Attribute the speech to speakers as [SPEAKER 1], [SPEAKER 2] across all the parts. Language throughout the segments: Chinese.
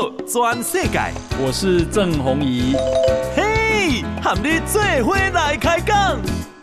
[SPEAKER 1] 好，全世界。
[SPEAKER 2] 我是郑弘仪。
[SPEAKER 1] 嘿，和你做伙来开讲。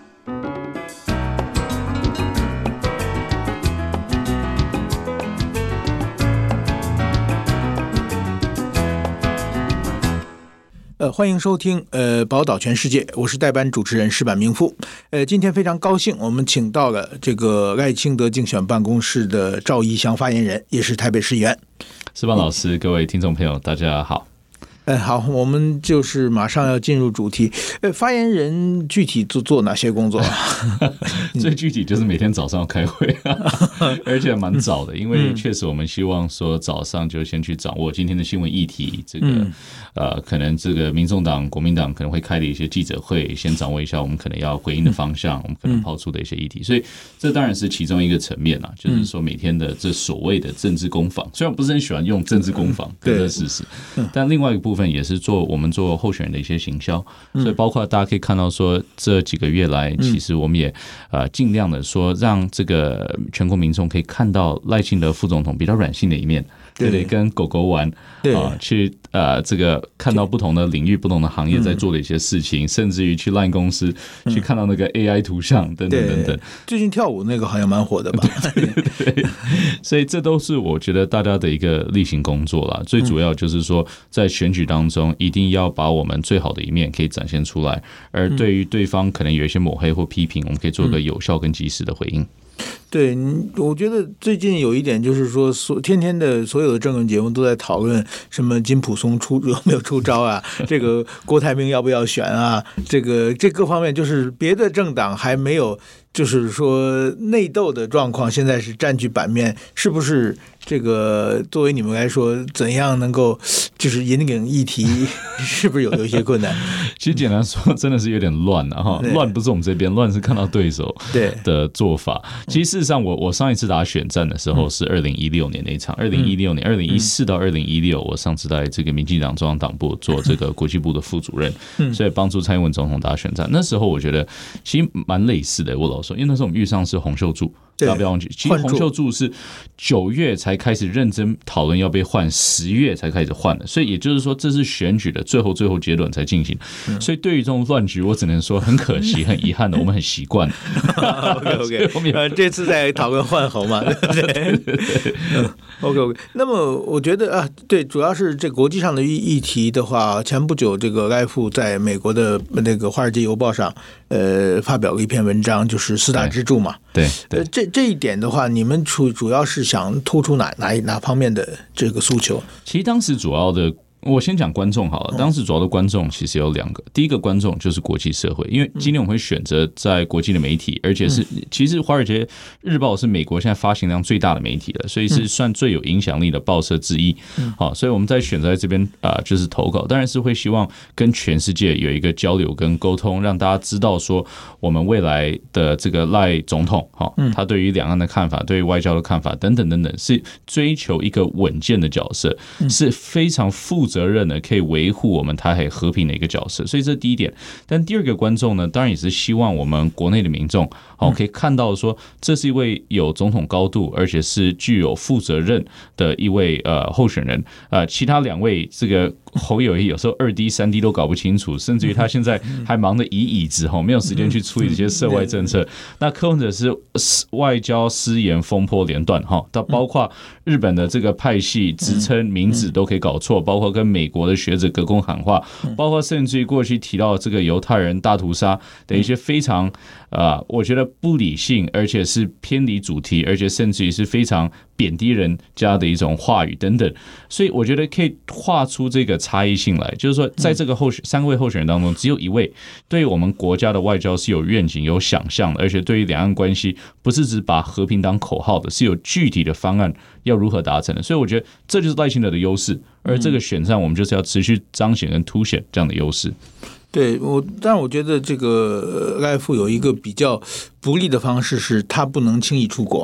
[SPEAKER 3] 欢迎收听宝岛全世界，我是代班主持人石板明夫。今天非常高兴，我们请到了这个赖清德竞选办公室的赵怡翔发言人，也是台北市议员。
[SPEAKER 2] 石板老师，各位听众朋友，大家好。
[SPEAKER 3] 好，我们就是马上要进入主题。发言人具体做哪些工作啊？
[SPEAKER 2] 最具体就是每天早上要开会，而且蛮早的，因为确实我们希望说早上就先去掌握今天的新闻议题，这个可能这个民众党、国民党可能会开的一些记者会，先掌握一下我们可能要回应的方向，我们可能抛出的一些议题，所以这当然是其中一个层面啦，就是说每天的这所谓的政治攻防，虽然我不是很喜欢用政治攻防，这是事实，但另外一个部分也是我们做候选人的一些行销，所以包括大家可以看到说这几个月来，其实我们也尽量的说让这个全国民众可以看到赖清德副总统比较软性的一面，对，跟狗狗玩，去这个看到不同的领域、不同的行业在做的一些事情，甚至于去 LINE 公司去看到那个 AI 图像等等等等。
[SPEAKER 3] 最近跳舞那个好像蛮火的吧？
[SPEAKER 2] 对，所以这都是我觉得大家的一个例行工作啦。最主要就是说，在选举当中，一定要把我们最好的一面可以展现出来，而对于对方可能有一些抹黑或批评，我们可以做一个有效跟及时的回应。
[SPEAKER 3] 对，我觉得最近有一点就是说，天天的所有的政论节目都在讨论什么金溥松有没有出招啊，这个郭台铭要不要选啊，这各方面就是别的政党还没有，就是说内斗的状况，现在是占据版面，是不是？这个作为你们来说，怎样能够就是引领议题，是不是有一些困难？
[SPEAKER 2] 其实简单说，真的是有点乱了哈。乱不是我们这边，乱是看到对手的做法。其实事实上，我上一次打选战的时候是2016年那一场，2016年2014到2016，我上次在这个民进党中央党部做这个国际部的副主任，所以帮助蔡英文总统打选战。那时候我觉得其实蛮类似的，我老说，因为那时候我们遇上是洪秀柱。大家不要忘记，其实洪秀柱是9月才开始认真讨论要被换，10月才开始换的，所以也就是说，这是选举的最后阶段才进行。所以对于这种乱局，我只能说很可惜、很遗憾的，我们很习惯。
[SPEAKER 3] OK， 这次在讨论换候嘛，对。OK， 那么我觉得啊，对，主要是这国际上的议题的话，前不久这个赖副在美国的那个《华尔街邮报》上，发表了一篇文章，就是4大支柱嘛。
[SPEAKER 2] 对，
[SPEAKER 3] 这一点的话，你们主要是想突出哪方面的这个诉求？
[SPEAKER 2] 其实当时主要的。我先讲观众好了，当时主要的观众其实有2个，第一个观众就是国际社会，因为今天我们会选择在国际的媒体，而且是其实《华尔街日报》是美国现在发行量最大的媒体了，所以是算最有影响力的报社之一。好，所以我们在选择在这边就是投稿，当然是会希望跟全世界有一个交流跟沟通，让大家知道说我们未来的这个赖总统，他对于两岸的看法，对于外交的看法等等等等，是追求一个稳健的角色，是非常负责任的，可以维护我们台海和平的一个角色，所以这是第一点。但第二个观众呢，当然也是希望我们国内的民众可以看到说，这是一位有总统高度，而且是具有负责任的一位候选人。其他2位这个侯友宜有时候2D、3D 都搞不清楚，甚至于他现在还忙着移椅子，没有时间去处理这些涉外政策。那柯文哲是外交失言风波连段，到包括日本的这个派系职称名字都可以搞错，包括跟美国的学者隔空喊话，包括甚至于过去提到这个犹太人大屠杀的一些非常我觉得不理性，而且是偏离主题，而且甚至于是非常贬低人家的一种话语等等。所以我觉得可以画出这个差异性来，就是说在这个3位候选人当中，只有1位对我们国家的外交是有愿景、有想象的，而且对于两岸关系不是只把和平当口号的，是有具体的方案要如何达成的。所以我觉得这就是赖清德的优势，而这个选战我们就是要持续彰显跟凸显这样的优势。
[SPEAKER 3] 对，但我觉得这个赖副有一个比较不利的方式是，他不能轻易出国。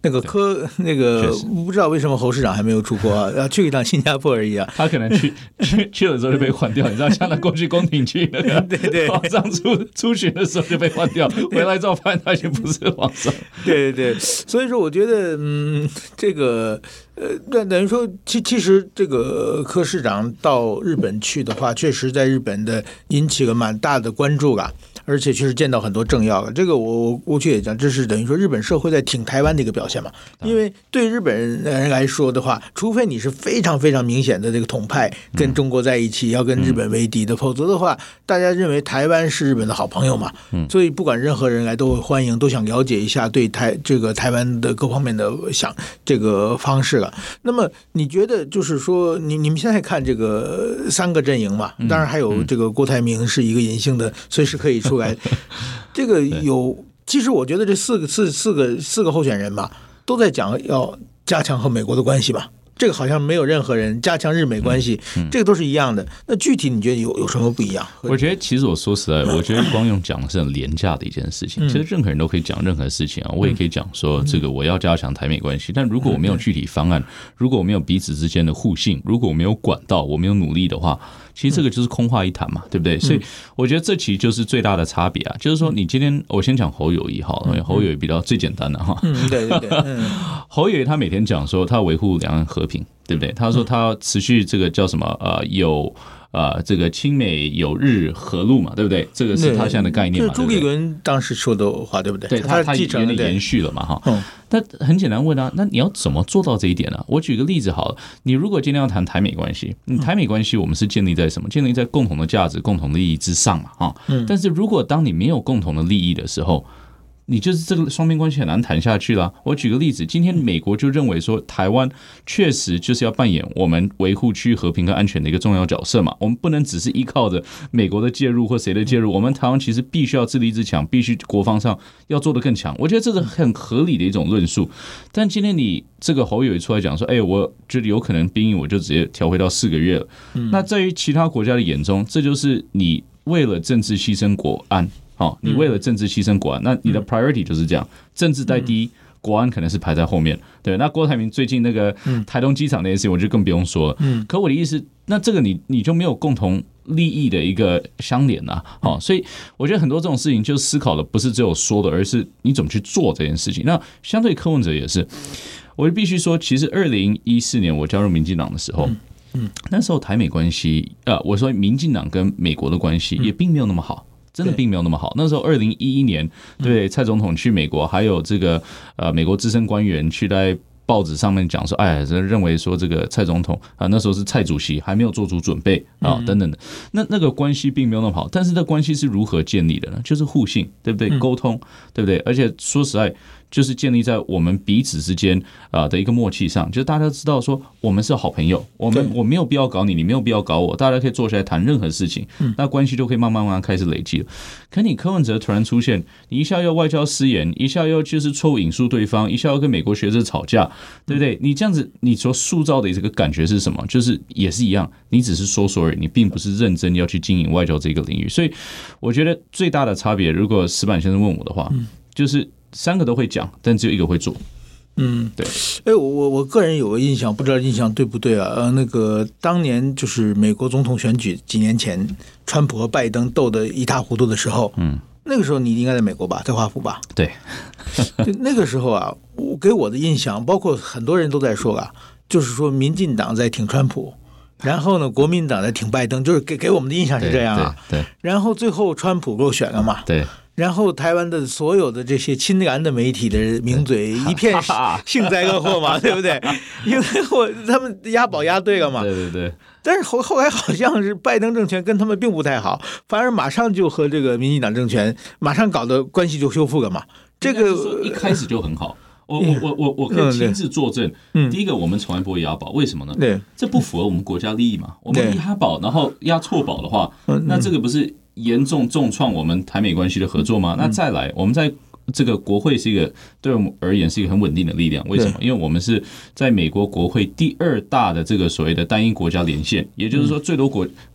[SPEAKER 3] 那个不知道为什么侯市长还没有出国啊，要去一趟新加坡而已啊。
[SPEAKER 2] 他可能去了之后就被换掉，你知道，像他过去宫廷剧那个
[SPEAKER 3] 对
[SPEAKER 2] 皇上出巡的时候就被换掉，回来之后发现他已经不是皇上。
[SPEAKER 3] 对，所以说我觉得这个等于说其实这个柯市长到日本去的话，确实在日本的引起了蛮大的关注啊。而且确实见到很多政要了，这个我过去也讲，这是等于说日本社会在挺台湾的一个表现嘛。因为对日本人来说的话，除非你是非常非常明显的这个统派跟中国在一起，要跟日本为敌的，否则的话，大家认为台湾是日本的好朋友嘛。所以不管任何人来都会欢迎，都想了解一下对这个台湾的各方面的这个方式了。那么你觉得就是说，你们现在看这个3个阵营嘛，当然还有这个郭台铭是一个隐性的，随时可以出来。这个其实我觉得这四个候选人嘛，都在讲要加强和美国的关系吧。这个好像没有任何人加强日美关系，这个都是一样的。那具体你觉得有什么不一样？
[SPEAKER 2] 我觉得其实我说实在，我觉得光用讲的是很廉价的一件事情。其实任何人都可以讲任何事情啊，我也可以讲说这个我要加强台美关系，但如果我没有具体方案，如果我没有彼此之间的互信，如果我没有管道，我没有努力的话，其实这个就是空话一谈嘛，对不对？所以我觉得这其实就是最大的差别啊，就是说你今天我先讲侯友宜好了，因为侯友宜比较最简单的哈。
[SPEAKER 3] 对，
[SPEAKER 2] 侯友宜他每天讲说他维护两岸和平，对不对？他说他要持续这个叫什么这个亲美友日和陆嘛，对不对？这个是他现在的概念嘛。
[SPEAKER 3] 就是朱立伦当时说的话，对不对？
[SPEAKER 2] 对，他有点延续了嘛，哈。但很简单问啊，那你要怎么做到这一点呢？我举个例子好了，你如果今天要谈台美关系，台美关系我们是建立在什么？建立在共同的价值、共同的利益之上嘛，哈。但是如果当你没有共同的利益的时候，你就是这个双边关系很难谈下去了。我举个例子，今天美国就认为说台湾确实就是要扮演我们维护区域和平跟安全的一个重要角色嘛，我们不能只是依靠着美国的介入或谁的介入，我们台湾其实必须要自立自强，必须国防上要做得更强。我觉得这是很合理的一种论述。但今天你这个侯友宜出来讲说，我觉得有可能兵役我就直接调回到4个月了。那在于其他国家的眼中，这就是你为了政治牺牲国安。你为了政治牺牲国安，那你的 priority 就是这样，政治在第一，国安可能是排在后面。对，那郭台铭最近那个台东机场那件事，我就更不用说了。可我的意思，那这个你就没有共同利益的一个相连啊。所以我觉得很多这种事情，就思考的不是只有说的，而是你怎么去做这件事情。那相对柯文哲也是，我就必须说，其实2014年我加入民进党的时候。那时候台美关系我说民进党跟美国的关系也并没有那么好。真的并没有那么好。那时候2011年，对蔡总统去美国，还有这个美国资深官员去在报纸上面讲说，认为说这个蔡总统那时候是蔡主席还没有做出准备等等的。那个关系并没有那么好，但是这关系是如何建立的呢？就是互信，对不对？沟通，对不对？而且说实在，就是建立在我们彼此之间的一个默契上，就是大家知道说我们是好朋友，我没有必要搞你，你没有必要搞我，大家可以坐下来谈任何事情，那关系就可以慢慢开始累积了。可你柯文哲突然出现，你一下要外交失言，一下要就是错误引述对方，一下要跟美国学者吵架，对不对？你这样子，你所塑造的这个感觉是什么？就是也是一样，你只是说而已，你并不是认真要去经营外交这个领域。所以我觉得最大的差别，如果石板先生问我的话，就是3个都会讲，但只有1个会做。
[SPEAKER 3] 对。我个人有个印象，不知道印象对不对啊？那个当年就是美国总统选举几年前，川普和拜登斗得一塌糊涂的时候，那个时候你应该在美国吧，在华府吧？
[SPEAKER 2] 对。
[SPEAKER 3] 那个时候啊，给我的印象，包括很多人都在说就是说民进党在挺川普。然后呢，国民党在挺拜登，就是给我们的印象是这样啊。
[SPEAKER 2] 对。
[SPEAKER 3] 然后最后川普落选了嘛。
[SPEAKER 2] 对。
[SPEAKER 3] 然后台湾的所有的这些亲蓝的媒体的名嘴一片幸灾乐祸嘛，对不对？因为他们押宝押对了嘛。
[SPEAKER 2] 对。
[SPEAKER 3] 但是后来好像是拜登政权跟他们并不太好，反而马上就和这个民进党政权马上搞的关系就修复了嘛。这个
[SPEAKER 2] 一开始就很好。我可以亲自作证。第一个，我们从来不会押宝，为什么呢？
[SPEAKER 3] 对，
[SPEAKER 2] 这不符合我们国家利益嘛。我们押宝，然后押错宝的话，那这个不是严重重创我们台美关系的合作吗？那再来，我们在这个国会是一个对我们而言是一个很稳定的力量。为什么？因为我们是在美国国会第2大的这个所谓的单一国家连线，也就是说最多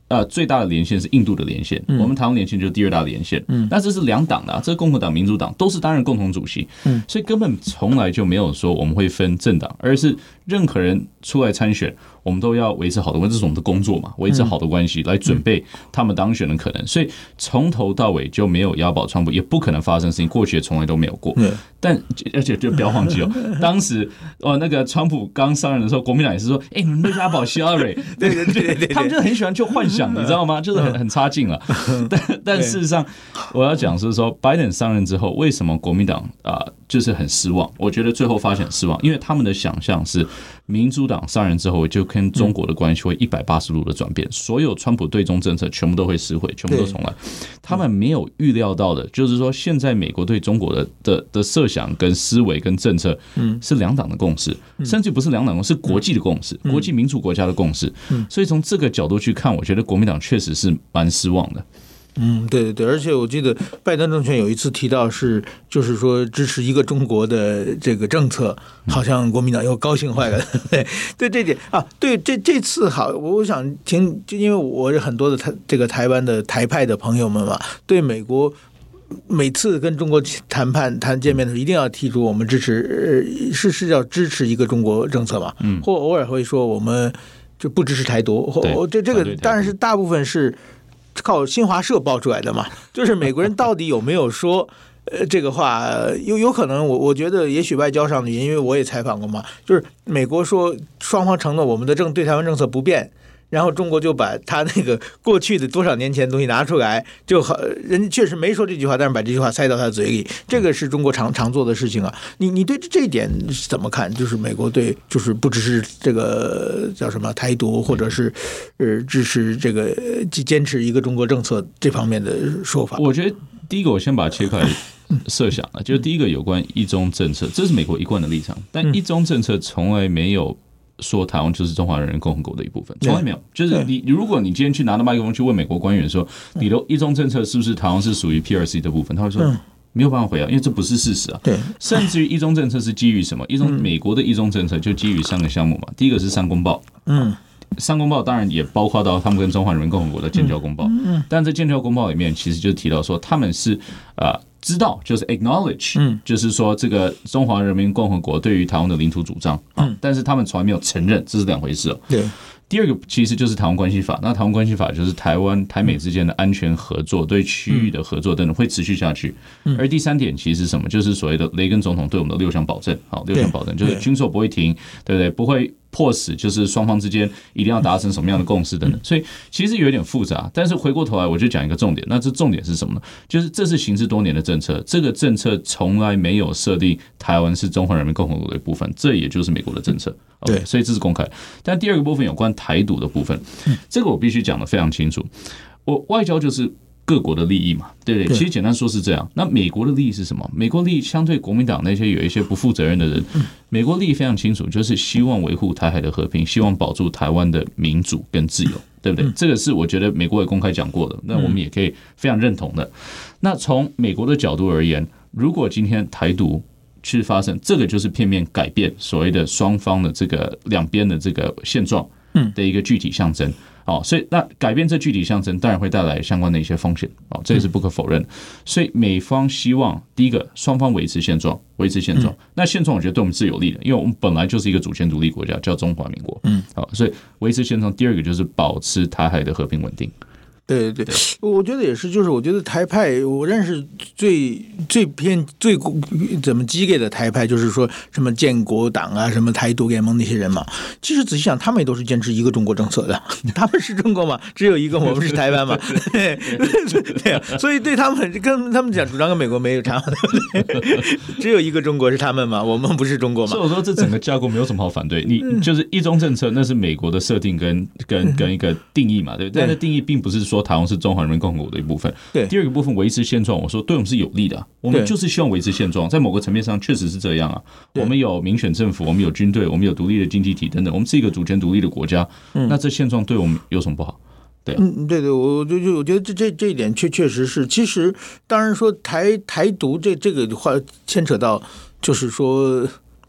[SPEAKER 2] 最大的连线是印度的连线，我们台湾连线就是第二大连线。那这是两党的，这个共和党、民主党都是担任共同主席，所以根本从来就没有说我们会分政党，而是任何人出来参选，我们都要维持好的关系，这是我们的工作嘛，维持好的关系来准备他们当选的可能。所以从头到尾就没有押宝川普，也不可能发生事情，过去也从来都没有过。但而且就不要忘记哦，当时那个川普刚上任的时候，国民党也是说，你们都押宝希拉蕊，对，他们就很喜欢就幻想，你知道吗？就是很差劲了。但事实上，我要讲是说，拜登上任之后，为什么国民党就是很失望？我觉得最后发现很失望，因为他们的想象是民主党上任之后就跟中国的关系会180度的转变，所有川普对中政策全部都会失毁，全部都重来。他们没有预料到的，就是说现在美国对中国的设想跟思维跟政策是两党的共识，甚至不是两党共识，是国际的共识，国际民主国家的共识。所以从这个角度去看，我觉得国民党确实是蛮失望的。
[SPEAKER 3] 对，而且我记得拜登政权有一次提到就是说支持一个中国的这个政策，好像国民党又高兴坏了。对这点对这次好，我想听，因为我是很多的这个台湾的台派的朋友们嘛，对美国每次跟中国谈见面的时候，一定要提出我们支持是要支持一个中国政策嘛，或偶尔会说我们就不支持台独，这个当然是大部分是靠新华社爆出来的嘛，就是美国人到底有没有说这个话，有可能我觉得也许外交上的原因，因为我也采访过嘛，就是美国说双方承诺我们的对台湾政策不变。然后中国就把他那个过去的多少年前的东西拿出来，就好，人家确实没说这句话，但是把这句话塞到他嘴里，这个是中国常做的事情啊。你对这一点怎么看？就是美国对就是不只是这个叫什么台独，或者是支持这个坚持一个中国政策这方面的说法？
[SPEAKER 2] 我觉得第一个，我先把切块设想了，就是第一个有关一中政策，这是美国一贯的立场，但一中政策从来没有说台湾就是中华人民共和国的一部分，从来没有。就是如果你今天去拿到麦克风去问美国官员说，你的一中政策是不是台湾是属于 PRC 的部分，他会说没有办法回答，因为这不是事实啊。
[SPEAKER 3] 对，
[SPEAKER 2] 甚至于一中政策是基于什么？美国的一中政策就基于3个项目嘛。第一个是3公报，3公报当然也包括到他们跟中华人民共和国的建交公报，但在建交公报里面其实就提到说他们是知道，就是 acknowledge，就是说这个中华人民共和国对于台湾的领土主张，但是他们从来没有承认，这是两回事哦。
[SPEAKER 3] 对。
[SPEAKER 2] 第二个其实就是台湾关系法，那台湾关系法就是台美之间的安全合作、对区域的合作等等会持续下去。而第3点其实是什么？就是所谓的雷根总统对我们的6项保证。好，6项保证就是军售不会停，对不对？不会迫使就是双方之间一定要达成什么样的共识等等。所以其实有点复杂，但是回过头来我就讲一个重点。那这重点是什么呢？就是这是行之多年的政策，这个政策从来没有设定台湾是中华人民共和国的一部分，这也就是美国的政策。
[SPEAKER 3] 对，
[SPEAKER 2] 所以这是公开。但第二个部分有关台独的部分，这个我必须讲得非常清楚。外交就是各国的利益嘛，对不对？其实简单说是这样。那美国的利益是什么？美国利益相对国民党那些有一些不负责任的人，美国利益非常清楚，就是希望维护台海的和平，希望保住台湾的民主跟自由，对不对？这个是我觉得美国也公开讲过的，那我们也可以非常认同的。那从美国的角度而言，如果今天台独去发生，这个就是片面改变所谓的双方的这个两边的这个现状的一个具体象征。所以那改变这具体象征当然会带来相关的一些风险，这也是不可否认。所以美方希望第一个双方维持现状，那现状我觉得对我们是有利的，因为我们本来就是一个主权独立国家，叫中华民国。所以维持现状。第二个就是保持台海的和平稳定。
[SPEAKER 3] 对，我觉得也是，就是我觉得台派，我认识最怎么激烈的台派，就是说什么建国党啊，什么台独联盟那些人嘛。其实仔细想，他们也都是坚持一个中国政策的，他们是中国嘛，只有一个，我们是台湾嘛。对啊，所以对他们跟他们讲主张跟美国没有差，只有一个中国是他们嘛，我们不是中国嘛。
[SPEAKER 2] 所以我说这整个架构没有什么好反对，你就是一中政策，那是美国的设定跟一个定义嘛，对不对？但是定义并不是说台湾是中华人民共和国的一部分。对，第二个部分维持现状，我说对我们是有利的，我们就是希望维持现状，在某个层面上确实是这样啊。我们有民选政府，我们有军队，我们有独立的经济体等等，我们是一个主权独立的国家。那这现状对我们有什么不好？对，
[SPEAKER 3] 我觉得这一点确实是。其实当然说台独这个话牵扯到，就是说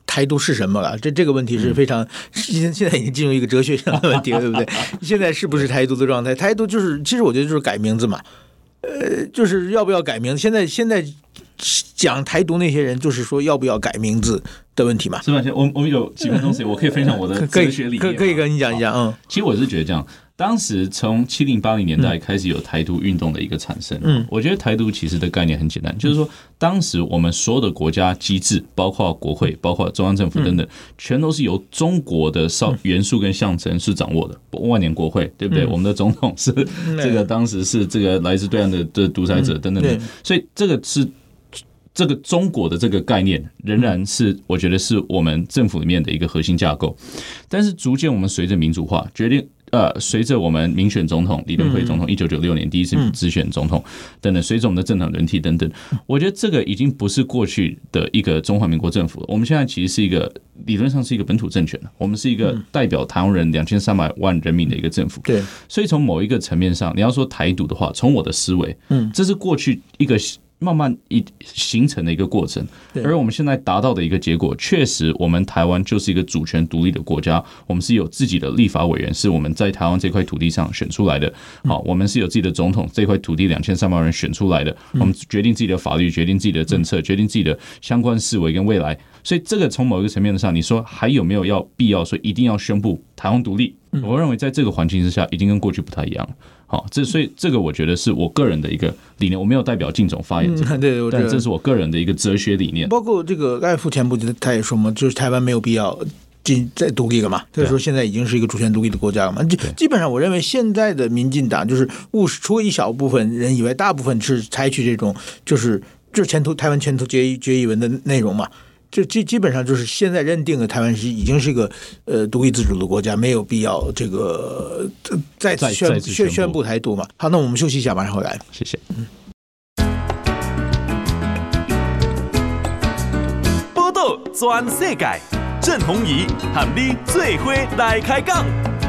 [SPEAKER 3] 台独是什么了？这个问题是非常现在已经进入一个哲学上的问题了，对不对？现在是不是台独的状态？台独就是其实我觉得就是改名字嘛，就是要不要改名字？现在讲台独那些人就是说要不要改名字的问题嘛。
[SPEAKER 2] 是吧？我们有几分钟时间，我可以分享我的哲学理念。
[SPEAKER 3] 可以跟你讲一讲。
[SPEAKER 2] 其实我是觉得这样。当时从70、80年代开始有台独运动的一个产生，我觉得台独其实的概念很简单，就是说当时我们所有的国家机制，包括国会、包括中央政府等等，全都是由中国的元素跟象征是掌握的。万年国会，对不对？我们的总统是这个当时是这个来自对岸的独裁者等等的，所以这个是。这个中国的这个概念仍然是我觉得是我们政府里面的一个核心架构，但是逐渐我们随着民主化决定随着我们民选总统李登辉总统1996年第一次直选总统等等，随着我们的政党轮替等等，我觉得这个已经不是过去的一个中华民国政府了。我们现在其实是一个理论上是一个本土政权，我们是一个代表台湾人2300万人民的一个政府。对，所以从某一个层面上，你要说台独的话，从我的思维，这是过去一个慢慢形成的一个过程，而我们现在达到的一个结果，确实我们台湾就是一个主权独立的国家，我们是有自己的立法委员，是我们在台湾这块土地上选出来的，好，我们是有自己的总统，这块土地2300万人选出来的，我们决定自己的法律，决定自己的政策，决定自己的相关事为跟未来，所以这个从某一个层面上，你说还有没有必要说一定要宣布台湾独立？我认为在这个环境之下，已经跟过去不太一样了。好，所以这个我觉得是我个人的一个理念，我没有代表靳总发言，对，但这是我个人的一个哲学理念。
[SPEAKER 3] 包括这个艾夫前不久他也说嘛，就是台湾没有必要再独立了嘛，他说现在已经是一个主权独立的国家了嘛。基本上我认为现在的民进党就是除了一小部分人以外，大部分是采取这种就是台湾前途决议文的内容嘛。就基本上就是现在认定的台湾已经是一个独立自主的国家，没有必要这个再次宣布台独嘛。好，那我们休息一下，马上回来。
[SPEAKER 2] 谢谢。
[SPEAKER 1] 报道全世界，郑鸿仪和你做伙来开讲。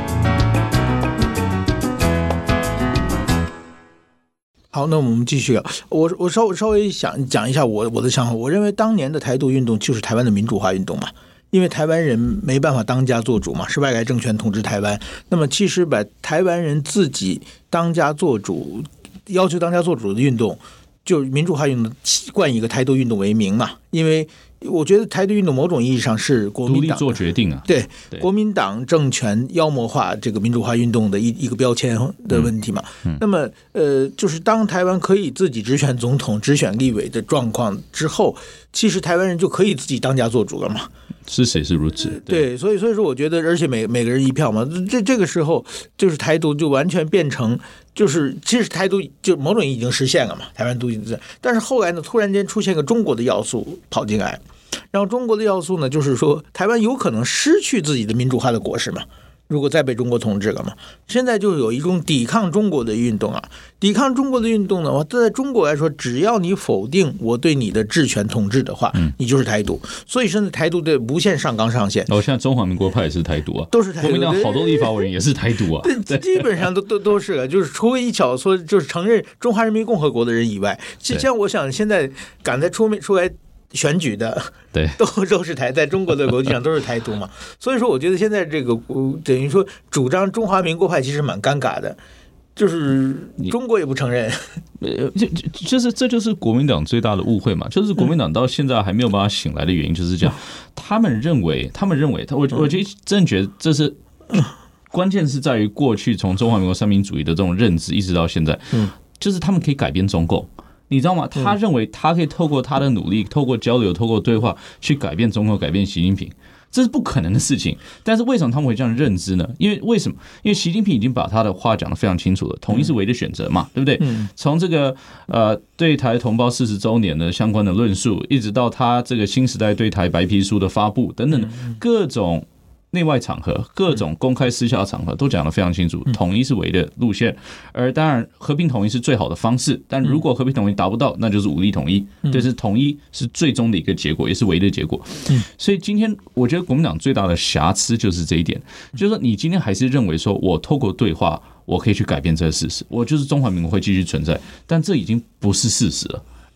[SPEAKER 3] 好，那我们继续聊。我稍微想讲一下我的想法。我认为当年的台独运动就是台湾的民主化运动嘛，因为台湾人没办法当家做主嘛，是外来政权统治台湾。那么其实把台湾人自己当家做主，要求当家做主的运动，就民主化运动冠以一个台独运动为名嘛，因为我觉得台独运动某种意义上是国民党
[SPEAKER 2] 独立做决定啊，
[SPEAKER 3] 对国民党政权妖魔化这个民主化运动的一个标签的问题嘛。那么就是当台湾可以自己直选总统、直选立委的状况之后，其实台湾人就可以自己当家做主了嘛。
[SPEAKER 2] 是谁是如此？
[SPEAKER 3] 对，所以说我觉得，而且每个人一票嘛，这个时候就是台独就完全变成就是其实台独就某种意义已经实现了嘛，台湾独立，但是后来呢，突然间出现个中国的要素跑进来，然后中国的要素呢，就是说台湾有可能失去自己的民主化的果实嘛。如果再被中国统治了嘛，现在就有一种抵抗中国的运动啊，抵抗中国的运动呢，在中国来说，只要你否定我对你的治权统治的话，你就是台独。所以现在台独的无限上纲上线。
[SPEAKER 2] 现在中华民国派也是台独啊，
[SPEAKER 3] 都是台独。
[SPEAKER 2] 国民党好多立法委员也是台独啊，
[SPEAKER 3] 基本上都是了，就是除非一小撮就是承认中华人民共和国的人以外，像我想现在赶在出来选举的，
[SPEAKER 2] 对，
[SPEAKER 3] 都是在中国的逻辑上都是台独嘛。所以说，我觉得现在这个等于说主张中华民国派其实蛮尴尬的，就是中国也不承认。
[SPEAKER 2] 这就是国民党最大的误会嘛，就是国民党到现在还没有办法醒来的原因就是这样。他们认为，我真的觉得这是关键是在于过去从中华民国三民主义的这种认知一直到现在，就是他们可以改变中共。你知道吗？他认为他可以透过他的努力，透过交流，透过对话去改变中国，改变习近平，这是不可能的事情。但是为什么他们会这样认知呢？为什么？因为习近平已经把他的话讲得非常清楚了，统一是唯一的选择嘛，对不对？从这个对台同胞40周年的相关的论述，一直到他这个新时代对台白皮书的发布等等各种内外场合，各种公开私下场合都讲得非常清楚，统一是唯一的路线。而当然，和平统一是最好的方式，但如果和平统一达不到，那就是武力统一。就是统一是最终的一个结果，也是唯一的结果。所以今天我觉得国民党最大的瑕疵就是这一点，就是说你今天还是认为说我透过对话，我可以去改变这个事实，我就是中华民国会继续存在，但这已经不是事实了。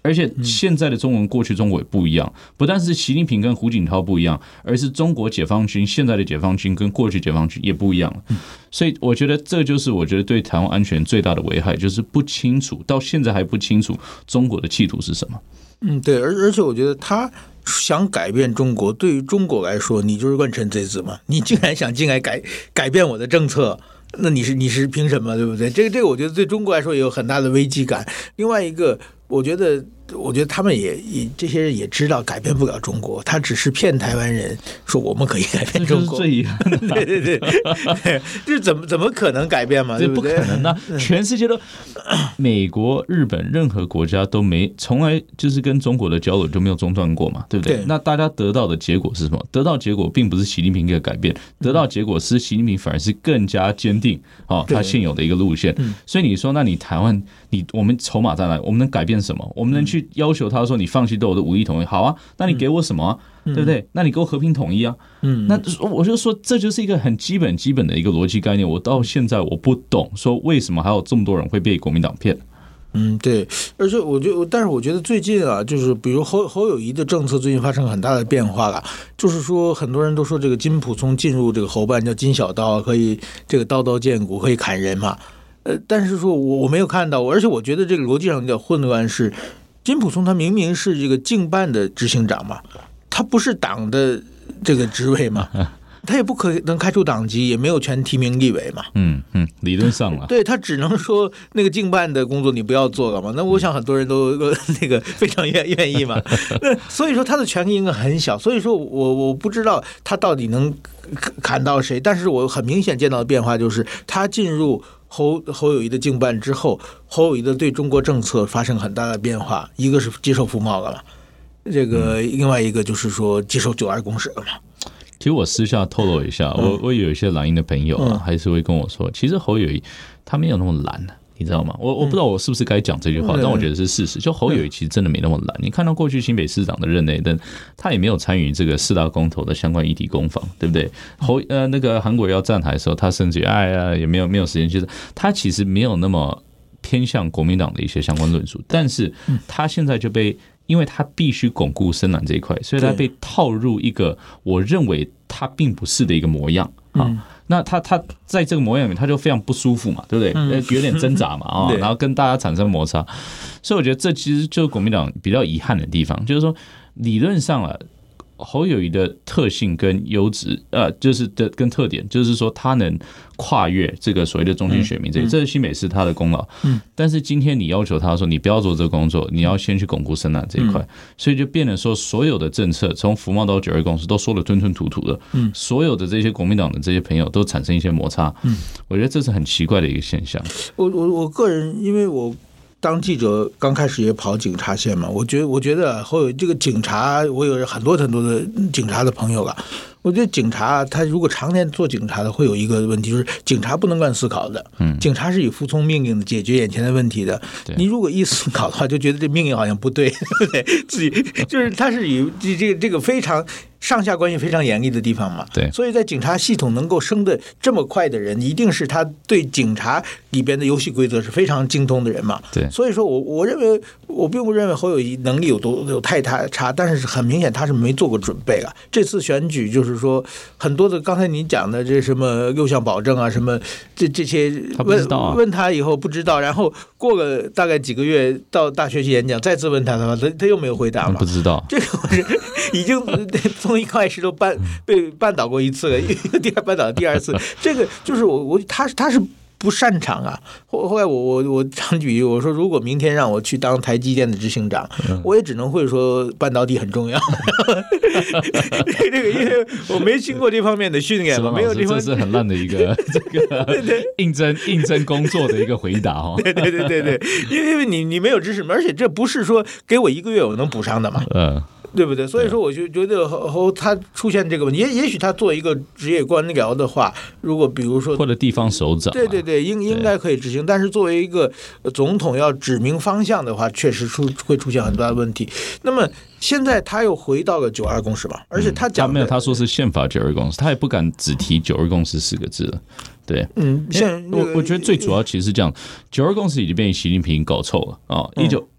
[SPEAKER 2] 而且现在的中国跟过去中国也不一样，不但是习近平跟胡锦涛不一样，而是中国解放军现在的解放军跟过去解放军也不一样了。所以我觉得这就是我觉得对台湾安全最大的危害，就是不清楚，到现在还不清楚中国的企图是什么。
[SPEAKER 3] 对，而且我觉得他想改变中国，对于中国来说，你就是问臣贼子嘛，你竟然想进来改变我的政策。那你是凭什么，对不对？这个我觉得对中国来说也有很大的危机感。另外一个，我觉得他们也这些人也知道改变不了中国，他只是骗台湾人说我们可以改变中国。
[SPEAKER 2] 这就是最遗憾的。
[SPEAKER 3] 对，这怎么可能改变嘛？
[SPEAKER 2] 这不可能啊！全世界都，美国、日本任何国家都从来就是跟中国的交流就没有中断过嘛，对不对？那大家得到的结果是什么？得到结果并不是习近平的改变，得到结果是习近平反而是更加坚定他现有的一个路线。所以你说，那你台湾，我们筹码在哪里？我们能改变什么？我们能去要求他说你放弃对我的武力统一？好啊，那你给我什么啊？对不对？那你给我和平统一啊？那我就说这就是一个很基本的一个逻辑概念。我到现在我不懂，说为什么还有这么多人会被国民党骗？
[SPEAKER 3] 对，而且但是我觉得最近啊，就是比如侯友宜的政策最近发生很大的变化了，就是说很多人都说这个金溥聪进入这个侯办叫金小刀，可以这个刀刀见骨，可以砍人嘛。但是说我没有看到，而且我觉得这个逻辑上有点混乱，是金溥聪他明明是这个竞办的执行长嘛，他不是党的这个职位嘛。他也不可能开除党籍，也没有权提名立委嘛。
[SPEAKER 2] 理论上了，
[SPEAKER 3] 对，他只能说那个竞办的工作你不要做了嘛。那我想很多人都那个非常愿意嘛。那所以说他的权力应该很小，所以说我不知道他到底能砍到谁。但是我很明显见到的变化就是他进入侯友宜的竞办之后，侯友宜的对中国政策发生很大的变化，一个是接受服贸了嘛，这个另外一个就是说接受9·2共识了嘛。
[SPEAKER 2] 其实我私下透露一下，我有一些蓝营的朋友还是会跟我说，其实侯友宜他没有那么懒，你知道吗？我不知道我是不是该讲这句话，但我觉得是事实。就侯友宜其实真的没那么懒。你看到过去新北市长的任内，但他也没有参与这个4大公投的相关议题攻防，对不对？那个韩国瑜要站台的时候，他甚至也没有时间去，他其实没有那么偏向国民党的一些相关论述，但是他现在就因为他必须巩固深蓝这一块，所以他被套入一个我认为他并不是的一个模样那他在这个模样里面，他就非常不舒服嘛，对不对？有点挣扎嘛然后跟大家产生摩擦，所以我觉得这其实就是国民党比较遗憾的地方，就是说理论上了。侯友宜的特性跟优质，就是跟特点，就是说他能跨越这个所谓的中间选民这是新北市他的功劳。但是今天你要求他说你不要做这个工作，你要先去巩固深蓝这一块，所以就变成说所有的政策从服贸到9·2共识都说得吞吞吐吐的，所有的这些国民党的这些朋友都产生一些摩擦。我觉得这是很奇怪的一个现象。
[SPEAKER 3] 我个人因为我。当记者刚开始也跑警察线嘛，我觉得后有这个警察，我有很多的警察的朋友了。我觉得警察他如果常年做警察的，会有一个问题，就是警察不能乱思考的。警察是以服从命令的解决眼前的问题的。你如果一思考的话，就觉得这命令好像不对，对不对？自己就是他是以这个非常上下关系非常严厉的地方嘛。
[SPEAKER 2] 对，
[SPEAKER 3] 所以在警察系统能够升得这么快的人，一定是他对警察里边的游戏规则是非常精通的人嘛。
[SPEAKER 2] 对，
[SPEAKER 3] 所以说我认为我并不认为侯友宜能力有太差，但是很明显他是没做过准备了。这次选举就是说很多的刚才你讲的这什么6项保证啊，什么这些问他以后不知道，然后过了大概几个月到大学去演讲，再次问他的话，他又没有回答嘛。
[SPEAKER 2] 不知道
[SPEAKER 3] 这个已经从一开始都被绊倒过一次了，第二绊倒第二次，这个就是他是。不擅长啊！后来我常举例，我说如果明天让我去当台积电的执行长，我也只能会说半导体很重要。这个因为我没经过这方面的训练嘛，没有这
[SPEAKER 2] 是很烂的一个这个应征工作的一个回答哦。
[SPEAKER 3] 对，因为你没有知识嘛，而且这不是说给我1个月我能补上的嘛。对不对？所以说我就觉得他出现这个问题，也许他做一个职业官僚的话，如果比如说
[SPEAKER 2] 或者地方首长，
[SPEAKER 3] 对，应该可以执行。但是作为一个总统要指明方向的话，确实会出现很大的问题。那么现在他又回到了9·2共识嘛，而且他讲
[SPEAKER 2] 没有，他说是宪法9·2共识，他也不敢只提9·2共识4个字了。对，
[SPEAKER 3] 我
[SPEAKER 2] 觉得最主要其实是这样，9·2共识已经被习近平搞臭了啊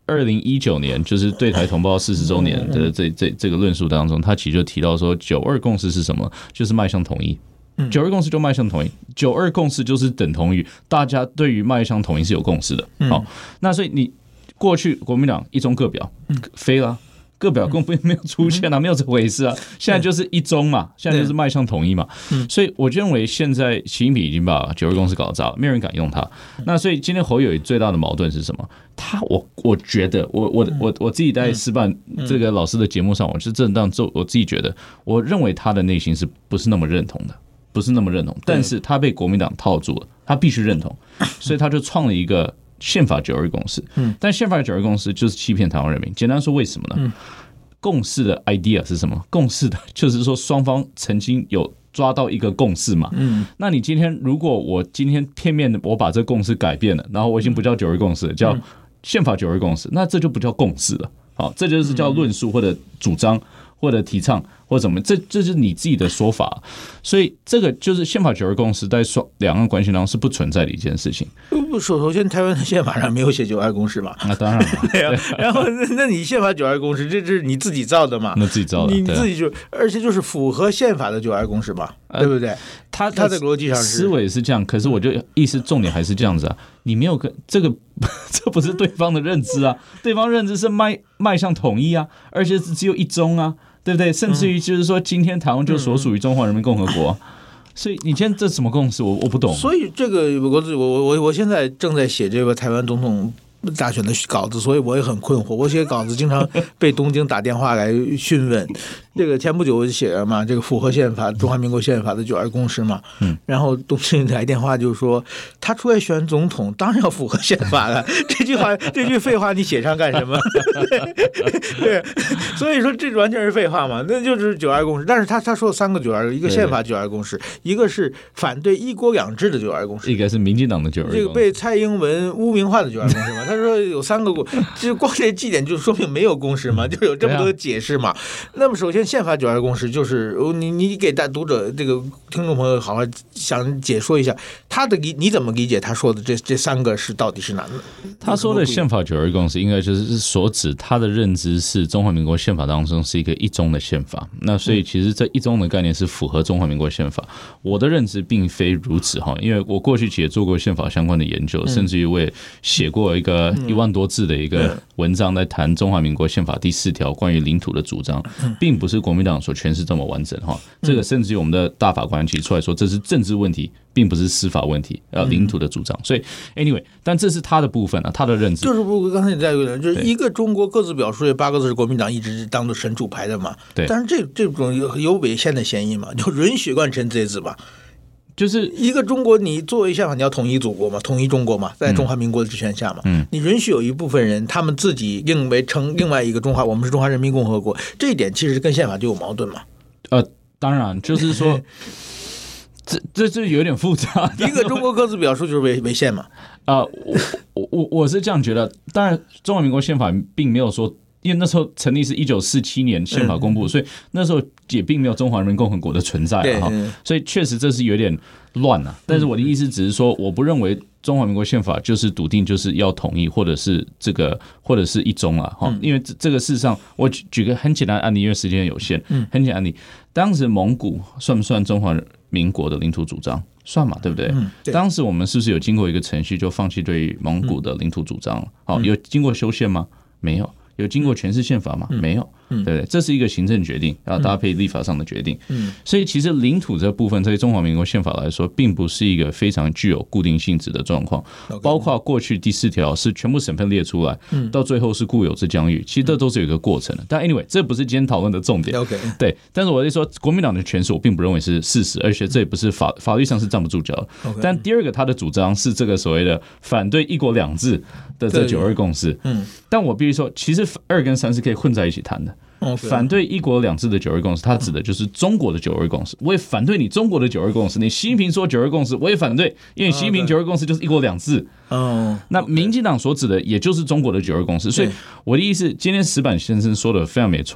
[SPEAKER 2] 2019年就是对台同胞40周年的这个论述当中，他其实就提到说，92共识是什么？就是迈向统一。92共识就迈向统一，92共识就是等同于大家对于迈向统一是有共识的。好，那所以你过去国民党一中各表飞了。各表根本没有出现啊，没有这回事啊！现在就是一中嘛，现在就是迈向统一嘛，所以我认为现在习近平已经把92共识搞砸了，没有人敢用它。那所以今天侯友宜最大的矛盾是什么？我觉得我自己在师办这个老师的节目上，我是真的我自己觉得，我认为他的内心是不是那么认同的，不是那么认同，但是他被国民党套住了，他必须认同，所以他就创了一个。宪法92共识，但宪法92共识就是欺骗台湾人民。简单说，为什么呢？共识的 idea 是什么？共识的就是说双方曾经有抓到一个共识嘛。那你今天如果我今天片面的我把这个共识改变了，然后我已经不叫92共识了，叫宪法92共识，那这就不叫共识了。好，这就是叫论述或者主张或者提倡或者怎么，这就是你自己的说法。所以这个就是宪法92共识在两岸关系当中是不存在的一件事情。
[SPEAKER 3] 首先，台湾的宪法上没有写92共识嘛？
[SPEAKER 2] 那当然了。
[SPEAKER 3] 对啊。然后，那你宪法92共识，这是你自己造的嘛？
[SPEAKER 2] 那自己造的，
[SPEAKER 3] 你自己就，而且就是符合宪法的92共识嘛，对不对？他的逻辑上是
[SPEAKER 2] 思维是这样，可是我就意思重点还是这样子啊，你没有跟这个，这不是对方的认知啊，对方认知是迈向统一啊，而且是只有一中啊，对不对？甚至于就是说，今天台湾就所属于中华人民共和国啊。所以你今天这什么共识？我不懂。
[SPEAKER 3] 所以这个我现在正在写这个台湾总统大选的稿子，所以我也很困惑。我写稿子经常被东京打电话来讯问。这个前不久我就写了嘛，这个符合宪法中华民国宪法的92共识嘛，然后东京来电话就说他出来选总统当然要符合宪法了，这句废话你写上干什么？对，所以说这完全是废话嘛，那就是92共识。但是他说了3个92，一个宪法92共识，一个是反对1国2制的92共识，
[SPEAKER 2] 一个是民进党的92共识，
[SPEAKER 3] 这个被蔡英文污名化的92共识嘛。他说有3个共，就光这绩点就说明没有共识嘛，就有这么多解释嘛。那么首先宪法92共识就是你给读者这个听众朋友好好想解说一下，你怎么理解他说的这3个是到底是哪个？
[SPEAKER 2] 他说的宪法92共识应该就是所指他的认知是中华民国宪法当中是一个一中的宪法，那所以其实这一中的概念是符合中华民国宪法。我的认知并非如此哈，因为我过去也做过宪法相关的研究，甚至于我也写过一个1万多字的一个文章在谈中华民国宪法第4条关于领土的主张，并不是国民党所诠释这么完整哈。这个甚至于我们的大法官提出来说，这是政治问题，并不是司法问题，领土的主张。所以 anyway， 但这是他的部分啊，他的认知
[SPEAKER 3] 就是刚才你在讲，就是一个中国各自表述，这8个字是国民党一直当做神主牌的嘛。
[SPEAKER 2] 对，
[SPEAKER 3] 但是这种有违宪的嫌疑嘛，就允许贯彻这字嘛。就是一个中国，你作为宪法你要统一祖国嘛，统一中国嘛，在中华民国的治权下嘛，你允许有一部分人他们自己认为成另外一个我们是中华人民共和国，这一点其实跟宪法就有矛盾嘛。
[SPEAKER 2] 当然就是说这有点复杂，
[SPEAKER 3] 一个中国各自表述就是违宪嘛。
[SPEAKER 2] 我是这样觉得，当然中华民国宪法并没有说。因为那时候成立是1947年宪法公布，所以那时候也并没有中华人民共和国的存在哈，所以确实这是有点乱啊。但是我的意思只是说，我不认为中华民国宪法就是笃定就是要统一，或者是这个或者是一中啊哈。因为这个事实上，我举个很简单的案例，因为时间有限，很简单的案例，当时蒙古算不算中华民国的领土主张？算嘛，对不对？当时我们是不是有经过一个程序就放弃对于蒙古的领土主张了？好，有经过修宪吗？没有。有经过诠释宪法吗？没有，对不对？这是一个行政决定，然后搭配立法上的决定。所以其实领土这部分，在中华民国宪法来说，并不是一个非常具有固定性质的状况。包括过去第4条是全部省份列出来，到最后是固有之疆域，其实这都是有一个过程的。但 anyway， 这不是今天讨论的重点。对，但是我在说国民党的诠释，我并不认为是事实，而且这也不是法律上是站不住脚的。但第二个，他的主张是这个所谓的反对1国2制的这92共识。但我必须说，其实2跟3是可以混在一起谈的。反对1国2制的92共识，它指的就是中国的92共识。我也反对你中国的92共识。你习近平说92共识，我也反对，因为习近平92共识就是1国2制。那民进党所指的也就是中国的92共识。所以我的意思，今天石板先生说的非常没错。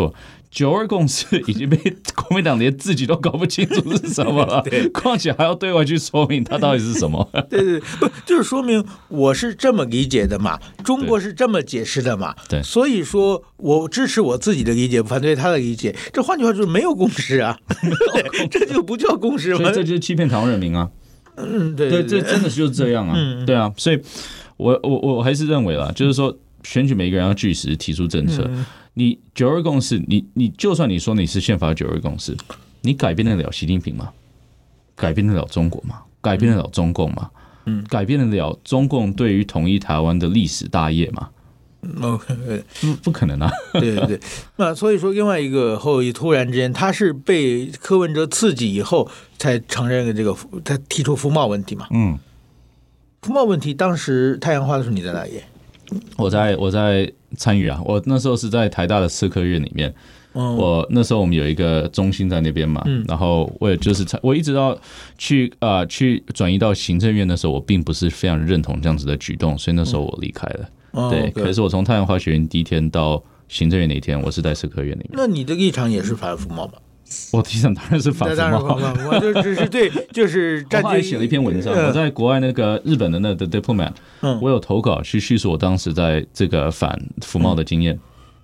[SPEAKER 2] 9·2共识已经被国民党连自己都搞不清楚是什么了，况且还要对外去说明它到底是什么。
[SPEAKER 3] 对，不就是说明我是这么理解的嘛，中国是这么解释的嘛，
[SPEAKER 2] 对，
[SPEAKER 3] 所以说我支持我自己的理解，反对他的理解，这换句话就是没有共识啊，这就不叫共识吗？
[SPEAKER 2] 所以这就是欺骗台湾人民啊。
[SPEAKER 3] 对，
[SPEAKER 2] 这真的就是这样啊，对啊，所以我还是认为啦，就是说选举每一个人要据实提出政策。你9·2共识，你就算你说你是宪法9·2共识，你改变得了习近平吗？改变得了中国吗？改变得了中共吗？改变得了中共对于统一台湾的历史大业吗
[SPEAKER 3] ？OK，
[SPEAKER 2] 不可能啊！
[SPEAKER 3] 对，那所以说另外一个后裔突然之间，他是被柯文哲刺激以后才承认了这个，他提出服贸问题嘛。服贸问题当时太阳花的时候你在哪里？
[SPEAKER 2] 我在参与啊，我那时候是在台大的社科院里面。我那时候我们有一个中心在那边嘛，然后我也就是我一直到去转移到行政院的时候，我并不是非常认同这样子的举动，所以那时候我离开了。对，可是我从太阳花学运第一天到行政院那一天，我是在社科院里面。
[SPEAKER 3] 那你的立场也是反服贸吧？
[SPEAKER 2] 我立场当然是反服贸，
[SPEAKER 3] 就只是对，就是
[SPEAKER 2] 我后来写了一篇文章，我在国外那个日本的那个 Diplomat，我有投稿去叙述我当时在这个反服贸的经验。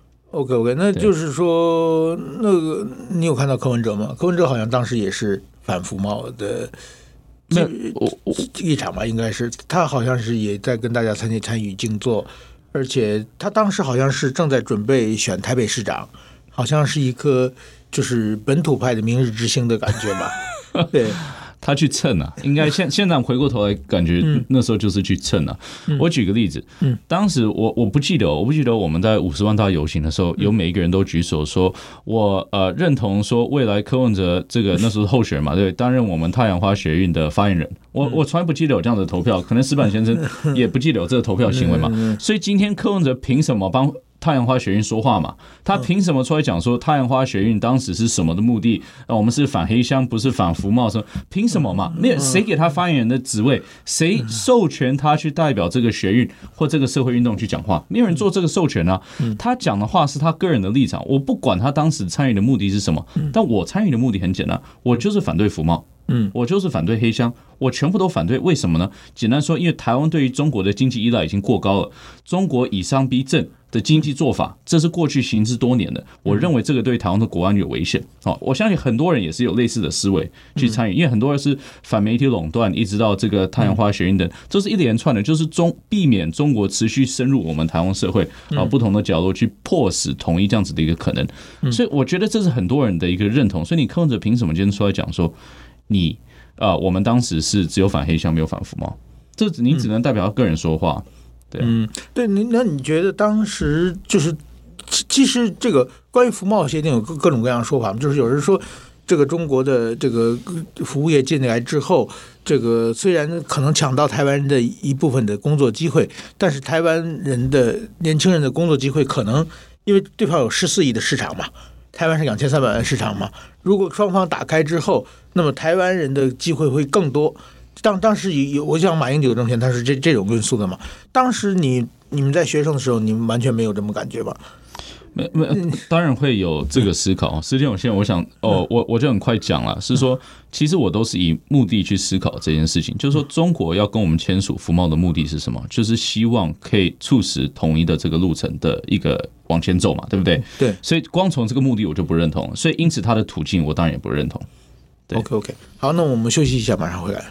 [SPEAKER 3] OK， 那就是说，那个你有看到柯文哲吗？柯文哲好像当时也是反服贸的立场吧，应该是他好像是也在跟大家参与静坐，而且他当时好像是正在准备选台北市长，好像是一颗就是本土派的明日之星的感觉吧。对，
[SPEAKER 2] 他去蹭啊，应该现在回过头来感觉那时候就是去蹭啊。我举个例子，当时我不记得我们在50万大游行的时候，有每一个人都举手说，我认同说未来柯文哲这个那时候候选人嘛，对，担任我们太阳花学运的发言人。我从来不记得有这样的投票，可能石板先生也不记得有这个投票行为嘛。所以今天柯文哲凭什么帮太阳花学运说话嘛？他凭什么出来讲说太阳花学运当时是什么的目的？我们是反黑箱，不是反服贸，凭什么嘛？没有谁给他发言人的职位，谁授权他去代表这个学运或这个社会运动去讲话？没有人做这个授权啊。他讲的话是他个人的立场，我不管他当时参与的目的是什么，但我参与的目的很简单，我就是反对服贸。我就是反对黑箱，我全部都反对。为什么呢？简单说，因为台湾对于中国的经济依赖已经过高了，中国以商逼政的经济做法，这是过去行之多年的。我认为这个对台湾的国安有危险。我相信很多人也是有类似的思维去参与，因为很多人是反媒体垄断，一直到这个太阳花学运等，这是一连串的，就是避免中国持续深入我们台湾社会不同的角落去迫使统一这样子的一个可能。所以我觉得这是很多人的一个认同。所以你柯文哲凭什么今天出来讲说？我们当时是只有反黑箱没有反服贸，这你只能代表个人说话，对，
[SPEAKER 3] 对，那你觉得当时就是其实这个关于服贸协定有各种各样的说法，就是有人说这个中国的这个服务业进来之后，这个虽然可能抢到台湾人的一部分的工作机会，但是台湾人的年轻人的工作机会可能因为对方有14亿的市场嘛。台湾是2300万市场嘛，如果双方打开之后，那么台湾人的机会会更多。当时我想马英九政权他是这种论述的嘛。当时你们在学生的时候，你们完全没有这么感觉吧？
[SPEAKER 2] 当然会有这个思考。时间有限，我想我就很快讲了，是说其实我都是以目的去思考这件事情，就是说中国要跟我们签署服贸的目的是什么？就是希望可以促使统一的这个路程的一个往前走嘛，对不对？
[SPEAKER 3] 对，
[SPEAKER 2] 所以光从这个目的我就不认同，所以因此它的途径我当然也不认同。
[SPEAKER 3] OK， 好，那我们休息一下，马上回来。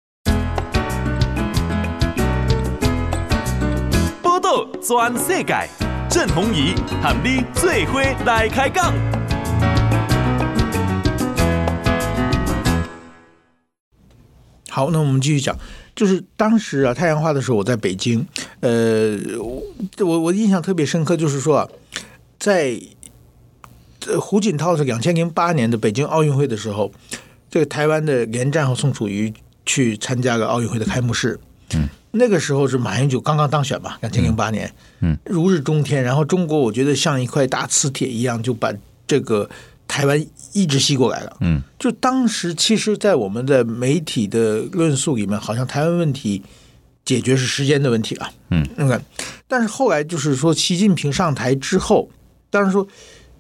[SPEAKER 1] 报道全世界，郑鸿仪和你做伙来开讲。
[SPEAKER 3] 好，那我们继续讲，就是当时啊，太阳花的时候，我在北京，我印象特别深刻，就是说啊，在胡锦涛是2008年的北京奥运会的时候，这个台湾的连战和宋楚瑜去参加了奥运会的开幕式。那个时候是马英九刚刚当选吧，2008年，如日中天。然后中国我觉得像一块大磁铁一样，就把这个台湾一直吸过来了。就当时其实，在我们的媒体的论述里面，好像台湾问题解决是时间的问题了。但是后来就是说，习近平上台之后，当然说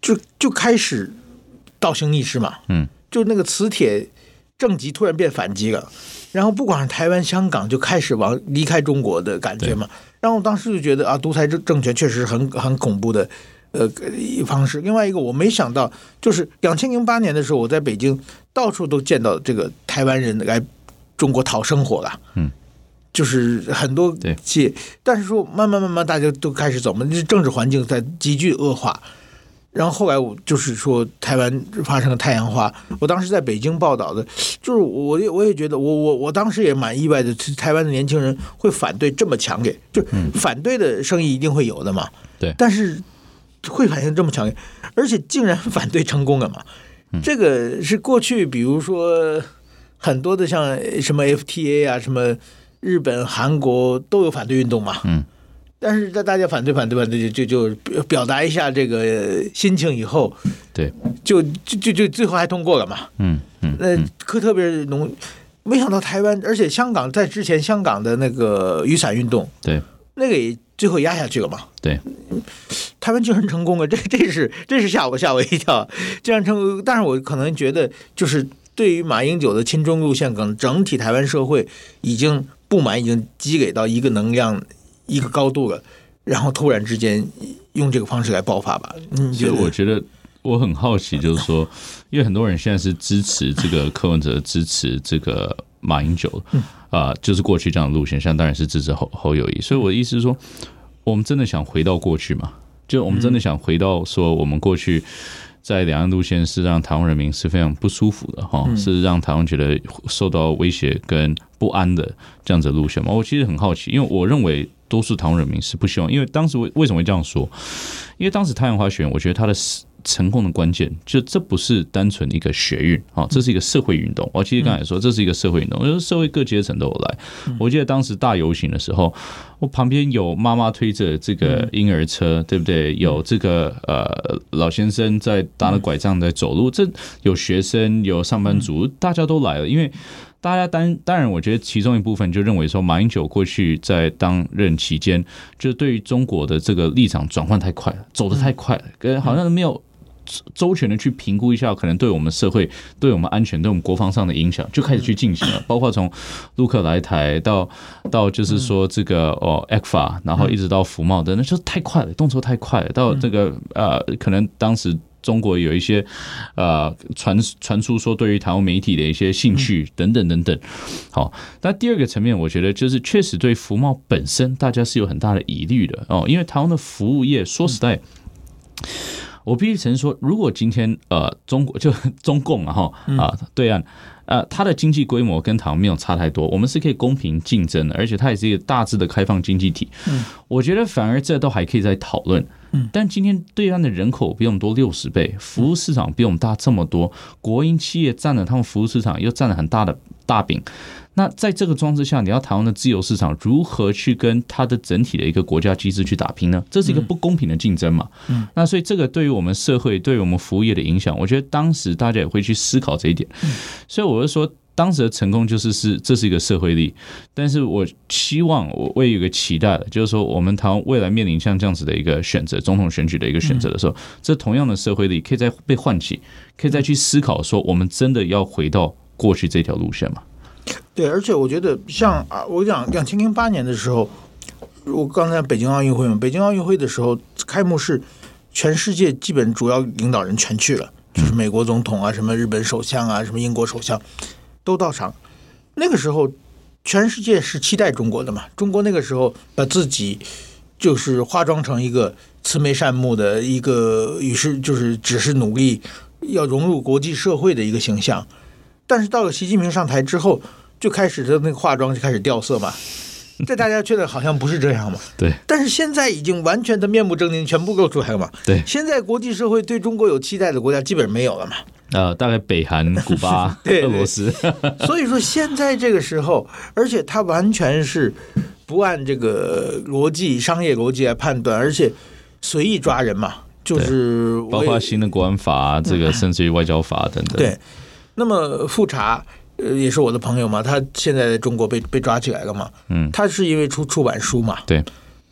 [SPEAKER 3] 就开始倒行逆施嘛，就那个磁铁正极突然变反极了，然后不管是台湾、香港就开始往离开中国的感觉嘛。然后我当时就觉得啊，独裁政权确实很恐怖的方式。另外一个我没想到，就是2008年的时候，我在北京到处都见到这个台湾人来中国讨生活了，就是很多届，但是说慢慢大家都开始走嘛，政治环境在急剧恶化。然后后来我就是说台湾发生了太阳花，我当时在北京报道的，就是我也觉得我当时也蛮意外的，台湾的年轻人会反对这么强烈，就反对的声音一定会有的嘛，
[SPEAKER 2] 对，
[SPEAKER 3] 但是会反应这么强烈，而且竟然反对成功了嘛，这个是过去比如说很多的像什么 FTA 啊，什么日本、韩国都有反对运动嘛，但是在大家反对就表达一下这个心情以后，
[SPEAKER 2] 对，
[SPEAKER 3] 就最后还通过了嘛。特别没想到台湾，而且香港在之前香港的那个雨伞运动，
[SPEAKER 2] 对，
[SPEAKER 3] 那个也最后压下去了嘛。
[SPEAKER 2] 对，
[SPEAKER 3] 台湾竟然成功了，这是吓我一跳，竟然成功。但是我可能觉得，就是对于马英九的亲中路线，可能整体台湾社会已经不满，已经积累到一个能量。一个高度了，然后突然之间用这个方式来爆发吧。
[SPEAKER 2] 所以我觉得我很好奇，就是说，因为很多人现在是支持这个柯文哲，支持这个马英九，就是过去这样的路线，现在当然是支持侯友宜。所以我的意思是说，我们真的想回到过去嘛？就我们真的想回到说，我们过去在两岸路线是让台湾人民是非常不舒服的哈，是让台湾觉得受到威胁跟不安的这样子的路线嘛？我其实很好奇，因为我认为多数台湾人民是不希望，因为当时为什么会这样说？因为当时太阳花学运，我觉得它的成功的关键，就这不是单纯一个学运，这是一个社会运动。我其实刚才说，这是一个社会运动，就是社会各阶层都有来。我记得当时大游行的时候，我旁边有妈妈推着这个婴儿车，对不对？有这个老先生在打着拐杖在走路，这有学生，有上班族，大家都来了，因为。大家当然，我觉得其中一部分就认为说，马英九过去在当任期间，就对于中国的这个立场转换太快了，走得太快了，跟好像没有周全的去评估一下，可能对我们社会、对我们安全、对我们国防上的影响，就开始去进行了。包括从陆客来台到就是说这个ECFA， 然后一直到服贸的，那就太快了，动作太快了。到这个可能当时。中国有一些传出说对于台湾媒体的一些兴趣等等，好，那第二个层面，我觉得就是确实对服贸本身大家是有很大的疑虑的哦，因为台湾的服务业说实在，我必须承认说，如果今天中国就中共对岸。它的经济规模跟台湾没有差太多，我们是可以公平竞争的，而且它也是一个大致的开放经济体。我觉得反而这都还可以再讨论。但今天对岸的人口比我们多60倍，服务市场比我们大这么多，国营企业占了他们服务市场又占了很大的大饼。那在这个状况之下，你要台湾的自由市场如何去跟它的整体的一个国家机制去打拼呢？这是一个不公平的竞争嘛。那所以这个对于我们社会、对于我们服务业的影响，我觉得当时大家也会去思考这一点。所以我就说，当时的成功就是这是一个社会力，但是我希望我也有一个期待的，就是说我们台湾未来面临像这样子的一个选择，总统选举的一个选择的时候，这同样的社会力可以再被唤起，可以再去思考说，我们真的要回到过去这条路线吗？
[SPEAKER 3] 对，而且我觉得像我讲2008年的时候，我刚才北京奥运会嘛，北京奥运会的时候开幕式，全世界基本主要领导人全去了，就是美国总统啊，什么日本首相啊，什么英国首相都到场。那个时候，全世界是期待中国的嘛，中国那个时候把自己就是化妆成一个慈眉善目的一个，于是就是只是努力要融入国际社会的一个形象。但是到了习近平上台之后，就开始的那个化妆就开始掉色嘛，这大家觉得好像不是这样嘛？
[SPEAKER 2] 对。但
[SPEAKER 3] 是现在已经完全的面目狰狞，全部露出来了嘛？
[SPEAKER 2] 对。
[SPEAKER 3] 现在国际社会对中国有期待的国家基本没有了嘛？
[SPEAKER 2] 大概北韩、古巴、俄罗斯。
[SPEAKER 3] 所以说现在这个时候，而且它完全是不按这个逻辑、商业逻辑来判断，而且随意抓人嘛，就是
[SPEAKER 2] 包括新的国安法，这个甚至于外交法等等。
[SPEAKER 3] 对。那么富察也是我的朋友嘛，他现在在中国被抓起来了嘛，他是因为出版书嘛，
[SPEAKER 2] 对。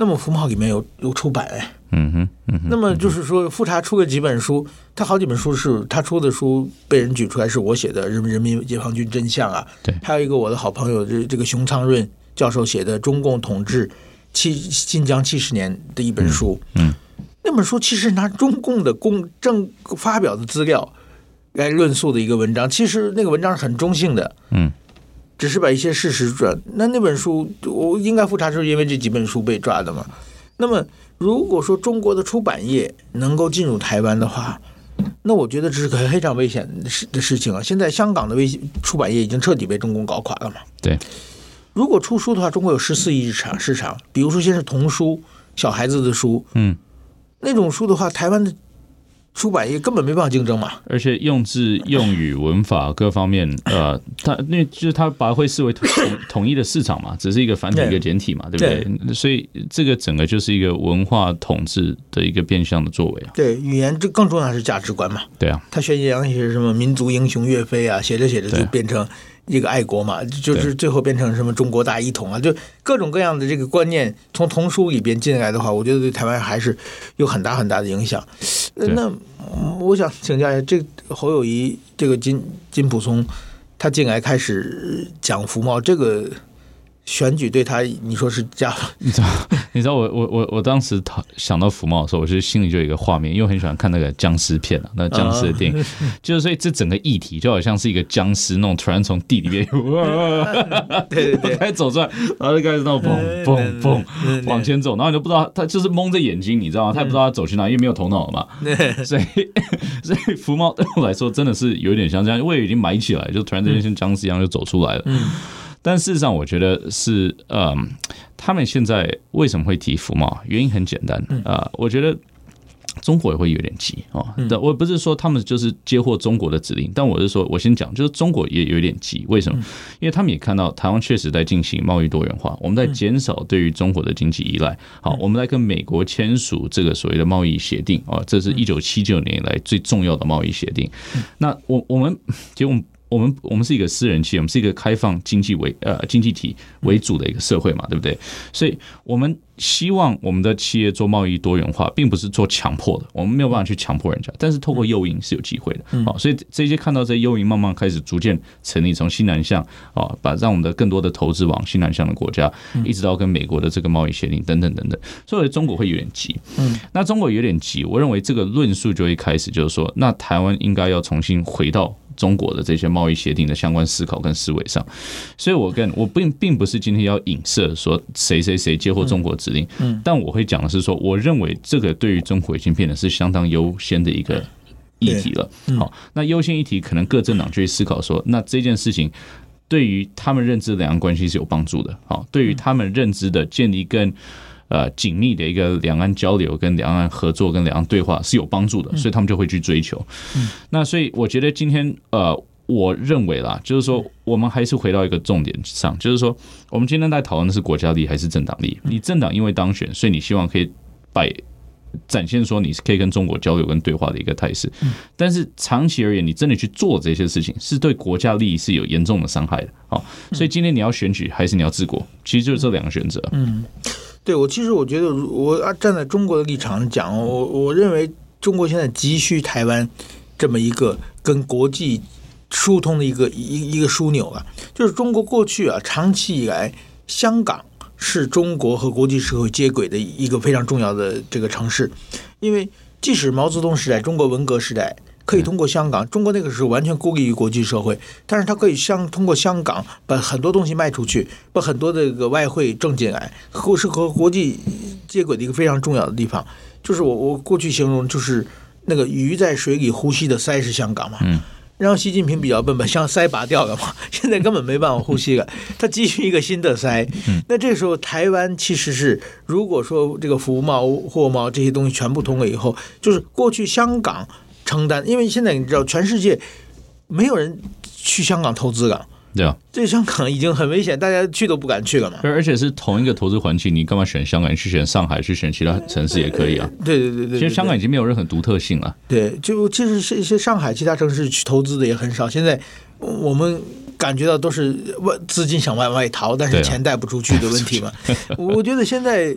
[SPEAKER 3] 那么福茂里面有出版那么就是说富察出了几本书，他好几本书是他出的书被人举出来是我写的《人民解放军真相》啊，
[SPEAKER 2] 对，
[SPEAKER 3] 还有一个我的好朋友这个熊昌润教授写的《中共统治新疆70年》的一本书，那本书其实拿中共的公正发表的资料来论述的一个文章，其实那个文章是很中性的，只是把一些事实转。那本书我应该复查是因为这几本书被抓的嘛。那么如果说中国的出版业能够进入台湾的话，那我觉得这是个非常危险的事情啊！现在香港的出版业已经彻底被中共搞垮了嘛。
[SPEAKER 2] 对，
[SPEAKER 3] 如果出书的话，中国有14亿市场，比如说先是童书，小孩子的书，那种书的话，台湾的出版业根本没办法竞争嘛。
[SPEAKER 2] 而且用字、用语、文法各方面，它把它会视为统一的市场嘛，只是一个繁体一个简体嘛，对不对？所以这个整个就是一个文化统治的一个变相的作为啊。
[SPEAKER 3] 对，语言这更重要的是价值观嘛。
[SPEAKER 2] 对啊，
[SPEAKER 3] 他宣扬一些什么民族英雄岳飞啊，写着写着就变成一个爱国嘛，就是最后变成什么中国大一统啊，就各种各样的这个观念从童书里边进来的话，我觉得对台湾还是有很大很大的影响。那我想请教一下，这侯友宜这个金溥聪他进来开始讲服贸，这个选举对他你说是加分？
[SPEAKER 2] 你知道我当时想到服贸的时候，我就心里就有一个画面，因为我很喜欢看那个僵尸片那僵尸的电影，就是所以这整个议题就好像是一个僵尸那种突然从地里面对开始走出来，然后就开始那种蹦蹦蹦往前走，然后你就不知道他就是蒙着眼睛，你知道吗？他也不知道他走去哪，因为没有头脑了嘛。所以服贸对我来说真的是有点像这样，我也已经埋起来，就突然之间像僵尸一样就走出来了。但事实上，我觉得是他们现在为什么会提服贸？原因很简单我觉得中国也会有点急我不是说他们就是接获中国的指令，但我是说，我先讲，就是中国也有点急。为什么？因为他们也看到台湾确实在进行贸易多元化，我们在减少对于中国的经济依赖。好，我们在跟美国签署这个所谓的贸易协定这是1979年以来最重要的贸易协定。那我们其实我们是一个私人企业，我们是一个开放经济体为主的一个社会嘛，对不对？所以我们希望我们的企业做贸易多元化，并不是做强迫的，我们没有办法去强迫人家，但是透过诱因是有机会的。所以这些看到这些诱因慢慢开始逐渐成立，从西南向让我们的更多的投资往西南向的国家，一直到跟美国的这个贸易协定等等等等。所以中国会有点急。那中国有点急，我认为这个论述就一开始就是说，那台湾应该要重新回到中国的这些贸易协定的相关思考跟思维上，所以我并不是今天要影射说谁接获中国指令，但我会讲的是说，我认为这个对于中国已经变得是相当优先的一个议题了。好，那优先议题可能各政党就会思考说，那这件事情对于他们认知的两岸关系是有帮助的，好，对于他们认知的建立更紧密的一个两岸交流、跟两岸合作、跟两岸对话是有帮助的，所以他们就会去追求。那所以我觉得今天我认为啦，就是说我们还是回到一个重点上，就是说我们今天在讨论的是国家利益还是政党利益？你政党因为当选，所以你希望可以展现说你是可以跟中国交流跟对话的一个态势，但是长期而言，你真的去做这些事情，是对国家利益是有严重的伤害的。好，所以今天你要选举还是你要治国，其实就是这两个选择。
[SPEAKER 3] 对，其实我觉得，我站在中国的立场讲，我认为中国现在急需台湾这么一个跟国际疏通的一个枢纽啊。就是中国过去长期以来，香港是中国和国际社会接轨的一个非常重要的这个城市，因为即使毛泽东时代、中国文革时代，可以通过香港，中国那个时候完全孤立于国际社会，但是它可以通过香港把很多东西卖出去，把很多的这个外汇挣进来，是和国际接轨的一个非常重要的地方。就是我过去形容，就是那个鱼在水里呼吸的鳃是香港嘛。然后习近平比较笨，把鳃拔掉了嘛，现在根本没办法呼吸了，他急需一个新的鳃。那这时候台湾其实是，如果说这个服贸、货贸这些东西全部通了以后，就是过去香港承担，因为现在你知道全世界没有人去香港投资了。
[SPEAKER 2] 对啊，
[SPEAKER 3] 这香港已经很危险，大家去都不敢去了嘛。
[SPEAKER 2] 而且是同一个投资环境，你干嘛选香港？去选上海，去选其他城市也可以啊。
[SPEAKER 3] 对，其
[SPEAKER 2] 实香港已经没有任何独特性了。
[SPEAKER 3] 对，就其实一些上海其他城市去投资的也很少。现在我们感觉到都是资金想往外逃，但是钱带不出去的问题嘛。我觉得现在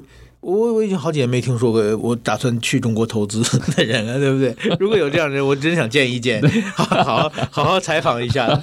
[SPEAKER 3] 我已经好几年没听说过我打算去中国投资的人了，对不对？如果有这样的人，我真想见一见，好好采访一下。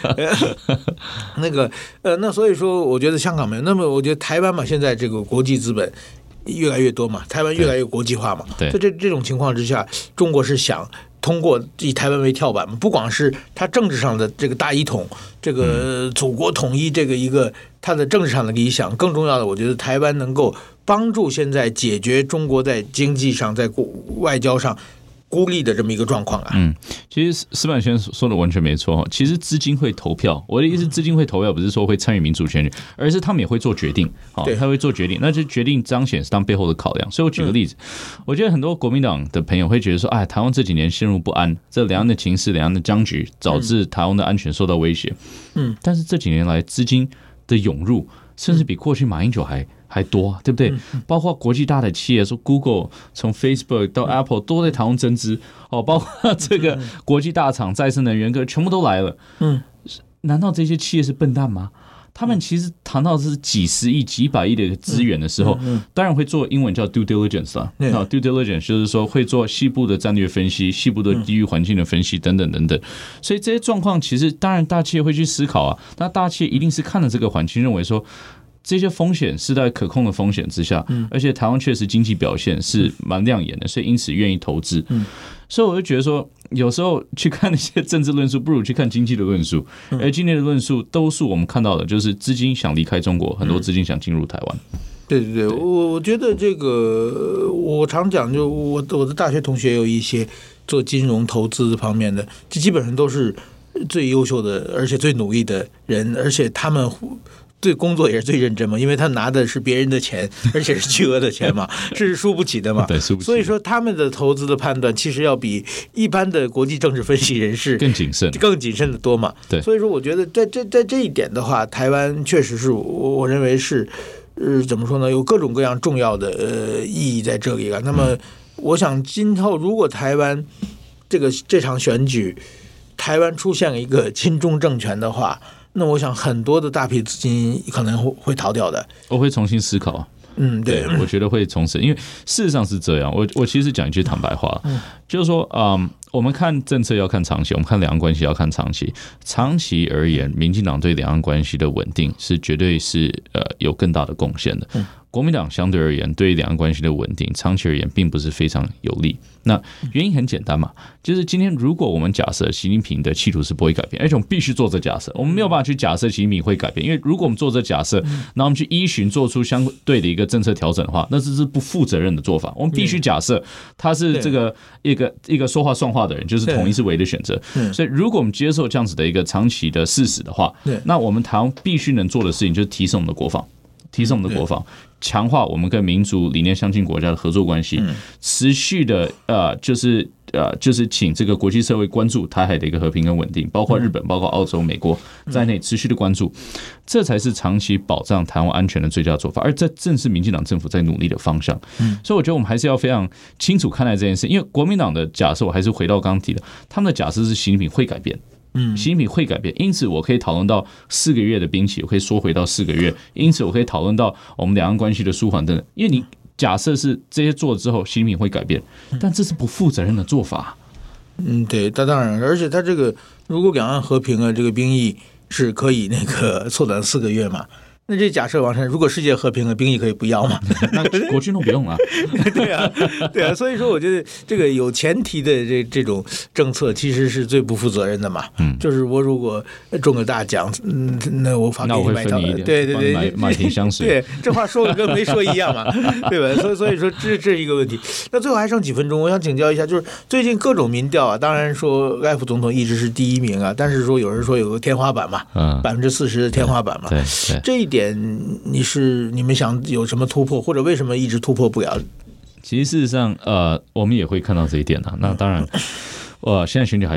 [SPEAKER 3] 那所以说，我觉得香港没有。那么我觉得台湾嘛，现在这个国际资本越来越多嘛，台湾越来越国际化嘛。在这种情况之下，中国是想通过以台湾为跳板，不光是它政治上的这个大一统，这个祖国统一这个一个它的政治上的理想，更重要的，我觉得台湾能够帮助现在解决中国在经济上、在外交上孤立的这么一个状况啊。
[SPEAKER 2] 其实矢板先生说的完全没错。其实资金会投票，我的意思，资金会投票不是说会参与民主选举，而是他们也会做决定。他会做决定，那这决定彰显是他们背后的考量。所以我举个例子，我觉得很多国民党的朋友会觉得说，哎，台湾这几年陷入不安，这两岸的情势、两岸的僵局，导致台湾的安全受到威胁。但是这几年来资金的涌入，甚至比过去马英九还多，对不对？包括国际大的企业，说 Google 从 Facebook 到 Apple 都在台湾增资，包括这个国际大厂、再生能源全部都来了。难道这些企业是笨蛋吗？他们其实谈到的是几十亿、几百亿的资源的时候，当然会做英文叫 due diligence 啦。due diligence 就是说会做细部的战略分析、细部的地域环境的分析等等等等。所以这些状况其实当然大企业会去思考啊，那大企业一定是看了这个环境，认为说这些风险是在可控的风险之下，而且台湾确实经济表现是蛮亮眼的，所以因此愿意投资。所以我就觉得说，有时候去看那些政治论述，不如去看经济的论述。而经济的论述都是我们看到的，就是资金想离开中国，很多资金想进入台湾。
[SPEAKER 3] 对，我觉得这个我常讲，就我的大学同学有一些做金融投资方面的，这基本上都是最优秀的，而且最努力的人，而且他们对工作也是最认真嘛，因为他拿的是别人的钱，而且是巨额的钱嘛，是输不起的嘛。所以说他们的投资的判断其实要比一般的国际政治分析人士更谨慎的多嘛。对，所以说我觉得在这一点的话，台湾确实是我认为是怎么说呢，有各种各样重要的意义在这里了。那么我想今后如果台湾这场选举，台湾出现了一个亲中政权的话，那我想很多的大批资金可能会逃掉的。
[SPEAKER 2] 我会重新思考。对，我觉得会重审，因为事实上是这样。我其实讲一句坦白话，就是说，我们看政策要看长期，我们看两岸关系要看长期。长期而言，民进党对两岸关系的稳定是绝对是有更大的贡献的。国民党相对而言对两岸关系的稳定，长期而言并不是非常有利。那原因很简单嘛，就是今天如果我们假设习近平的企图是不会改变，而且我们必须做这假设，我们没有办法去假设习近平会改变，因为如果我们做这假设，那我们去依循做出相对的一个政策调整的话，那这是不负责任的做法。我们必须假设他是这个一个说话算话的人，就是统一是唯一的选择。所以如果我们接受这样子的一个长期的事实的话，那我们台湾必须能做的事情就是提升我们的国防。强化我们跟民主理念相近国家的合作关系，持续的就是请这个国际社会关注台海的一个和平跟稳定，包括日本、包括澳洲、美国在内持续的关注，这才是长期保障台湾安全的最佳做法，而这正是民进党政府在努力的方向。所以我觉得我们还是要非常清楚看待这件事，因为国民党的假设，我还是回到刚刚提的，他们的假设是习近平会改变。习近平会改变，因此我可以讨论到4个月的兵期，我可以缩回到4个月，因此我可以讨论到我们两岸关系的舒缓等等。因为你假设是这些做了之后，习近平会改变，但这是不负责任的做法。
[SPEAKER 3] 对，那当然，而且他这个如果两岸和平啊，这个兵役是可以缩短4个月嘛。那这假设王晨，如果世界和平了，兵役可以不要嘛？
[SPEAKER 2] 那国军都不用了。
[SPEAKER 3] 对啊，所以说我觉得这个有前提的这种政策其实是最不负责任的嘛。就是我如果中个大奖，那我发给你买套，对，
[SPEAKER 2] 买瓶香水。
[SPEAKER 3] 对，这话说的跟没说一样嘛，对吧？所以说这是一个问题。那最后还剩几分钟，我想请教一下，就是最近各种民调啊，当然说赖副总统一直是第1名啊，但是说有人说有个天花板嘛，40%的天花板嘛。对，这一点你们想有什么突破，或者为什么一直突破不了？
[SPEAKER 2] 其实事实上，我们也会看到这一点啊。那当然，现在选举还早，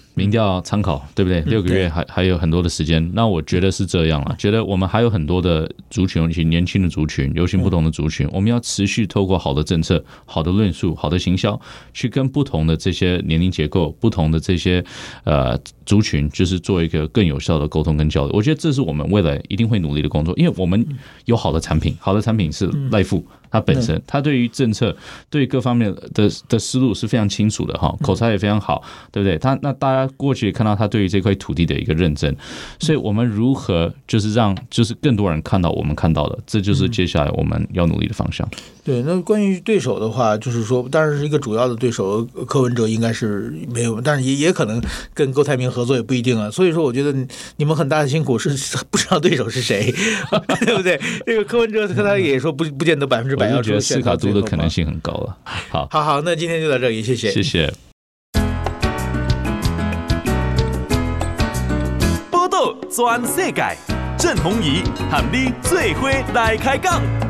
[SPEAKER 2] 民调参考，对不对？6个月还有很多的时间。那我觉得是这样了，觉得我们还有很多的族群，尤其年轻的族群，流行不同的族群，我们要持续透过好的政策、好的论述、好的行销，去跟不同的这些年龄结构、不同的这些族群，就是做一个更有效的沟通跟交流。我觉得这是我们未来一定会努力的工作，因为我们有好的产品，好的产品是赖富。他本身，他对于政策、对各方面的思路是非常清楚的哈，口才也非常好，对不对？那大家过去也看到他对于这块土地的一个认真，所以我们如何就是让就是更多人看到我们看到的，这就是接下来我们要努力的方向。
[SPEAKER 3] 对，那关于对手的话，就是说，当然是一个主要的对手，柯文哲应该是没有，但是也可能跟郭台铭合作也不一定啊。所以说，我觉得你们很大的辛苦是不知道对手是谁，对不对？这个柯文哲他也说不见得100%要出现。
[SPEAKER 2] 斯卡都的可能性很高了。
[SPEAKER 3] 好，那今天就到这里，谢谢，
[SPEAKER 2] 谢谢。
[SPEAKER 1] 报道全世界，郑鸿仪和你做伙来开讲。